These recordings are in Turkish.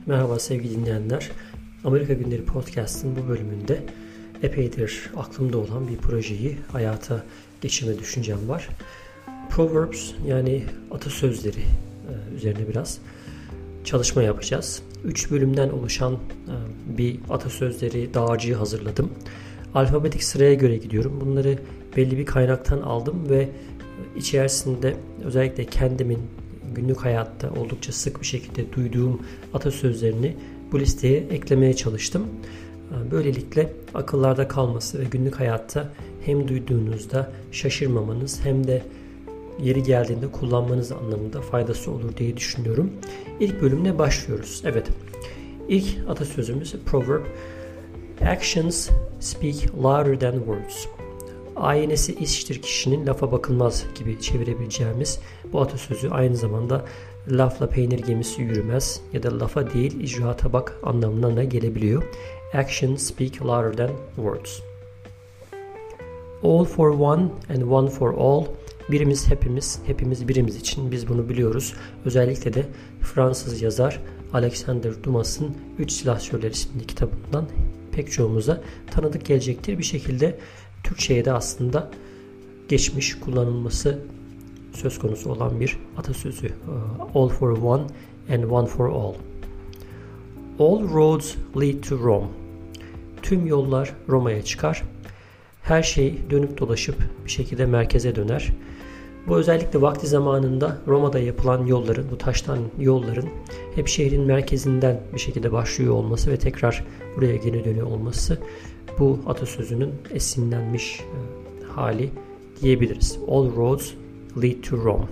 Merhaba sevgili dinleyenler. Amerika Günleri Podcast'ın bu bölümünde epeydir aklımda olan bir projeyi hayata geçirme düşüncem var. Proverbs yani atasözleri üzerine biraz çalışma yapacağız. 3 bölümden oluşan bir atasözleri dağarcığı hazırladım. Alfabetik sıraya göre gidiyorum. Bunları belli bir kaynaktan aldım ve içerisinde özellikle kendimin günlük hayatta oldukça sık bir şekilde duyduğum atasözlerini bu listeye eklemeye çalıştım. Böylelikle akıllarda kalması ve günlük hayatta hem duyduğunuzda şaşırmamanız hem de yeri geldiğinde kullanmanız anlamında faydası olur diye düşünüyorum. İlk bölümle başlıyoruz. Evet, ilk atasözümüz proverb. Actions speak louder than words. Aynesi iştir kişinin, lafa bakılmaz gibi çevirebileceğimiz bu atasözü aynı zamanda lafla peynir gemisi yürümez ya da lafa değil icraata bak anlamına da gelebiliyor. Actions speak louder than words. All for one and one for all. Birimiz hepimiz, hepimiz birimiz için. Biz bunu biliyoruz. Özellikle de Fransız yazar Alexander Dumas'ın Üç Silah Sörleri isimli kitabından pek çoğumuza tanıdık gelecektir. Bir şekilde Türkçe'ye de aslında geçmiş, kullanılması söz konusu olan bir atasözü. All for one and one for all. All roads lead to Rome. Tüm yollar Roma'ya çıkar. Her şey dönüp dolaşıp bir şekilde merkeze döner. Bu özellikle vakti zamanında Roma'da yapılan yolların, bu taştan yolların hep şehrin merkezinden bir şekilde başlıyor olması ve tekrar buraya geri dönüyor olması bu atasözünün esinlenmiş hali diyebiliriz. All roads lead to Rome.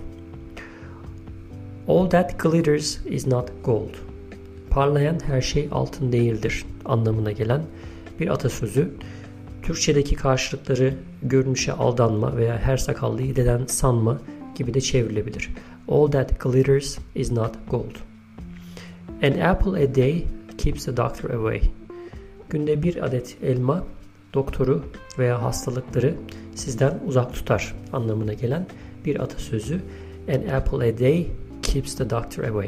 All that glitters is not gold. Parlayan her şey altın değildir anlamına gelen bir atasözü. Türkçedeki karşılıkları görünüşe aldanma veya her sakallıyı deden sanma gibi de çevrilebilir. All that glitters is not gold. An apple a day keeps the doctor away. Günde bir adet elma doktoru veya hastalıkları sizden uzak tutar anlamına gelen bir atasözü. An apple a day keeps the doctor away.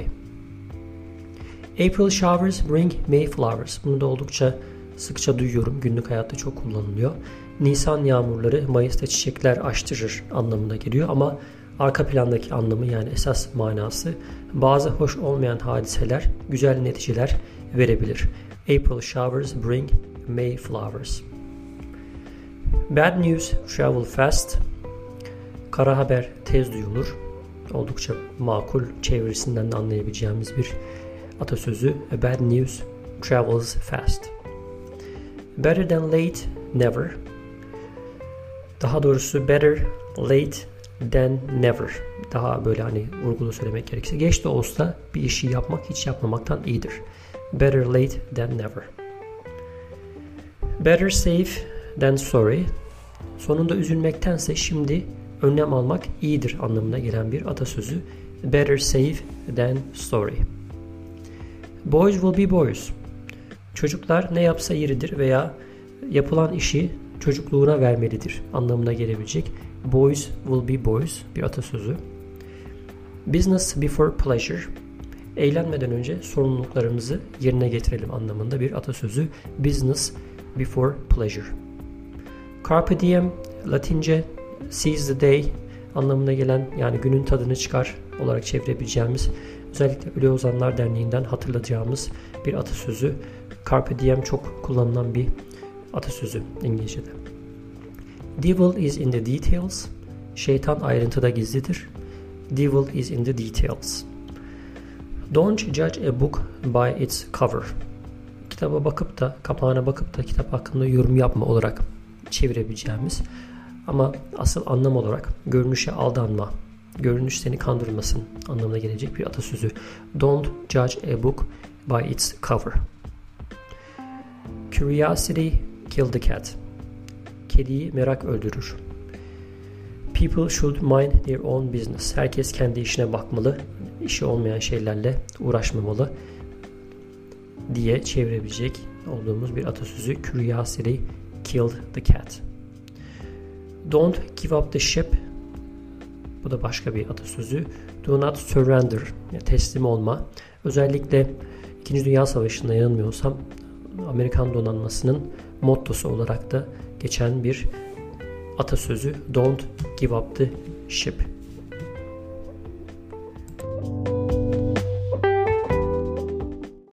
April showers bring May flowers. Bunu da oldukça sıkça duyuyorum. Günlük hayatta çok kullanılıyor. Nisan yağmurları Mayıs'ta çiçekler açtırır anlamına geliyor ama arka plandaki anlamı yani esas manası bazı hoş olmayan hadiseler güzel neticeler verebilir. April showers bring May flowers. Bad news travel fast. Kara haber tez duyulur. Oldukça makul, çevirisinden de anlayabileceğimiz bir atasözü. Bad news travels fast. Better than late, never. Daha doğrusu better late than never. Daha böyle hani vurgulu söylemek gerekirse. Geç de olsa bir işi yapmak hiç yapmamaktan iyidir. Better late than never. Better safe than sorry. Sonunda üzülmektense şimdi önlem almak iyidir anlamına gelen bir atasözü. Better safe than sorry. Boys will be boys. Çocuklar ne yapsa yeridir veya yapılan işi çocukluğuna vermelidir anlamına gelebilecek. Boys will be boys bir atasözü. Business before pleasure. Eğlenmeden önce sorumluluklarımızı yerine getirelim anlamında bir atasözü. Business before pleasure. Carpe diem Latince seize the day anlamına gelen yani günün tadını çıkar olarak çevirebileceğimiz özellikle Ölü Ozanlar Derneği'nden hatırlayacağımız bir atasözü. Carpe diem çok kullanılan bir atasözü İngilizce'de. Devil is in the details. Şeytan ayrıntıda gizlidir. Devil is in the details. Don't judge a book by its cover. Kitaba bakıp da, kapağına bakıp da kitap hakkında yorum yapma olarak çevirebileceğimiz ama asıl anlam olarak görünüşe aldanma, görünüş seni kandırmasın anlamına gelecek bir atasözü. Don't judge a book by its cover. Curiosity killed the cat. Kediyi merak öldürür. People should mind their own business. Herkes kendi işine bakmalı, işi olmayan şeylerle uğraşmamalı diye çevirebilecek olduğumuz bir atasözü. Curiosity killed the cat. Don't give up the ship. Bu da başka bir atasözü. Do not surrender. Yani teslim olma. Özellikle İkinci Dünya Savaşı'nda yanılmıyorsam Amerikan donanmasının mottosu olarak da geçen bir atasözü, "Don't give up the ship."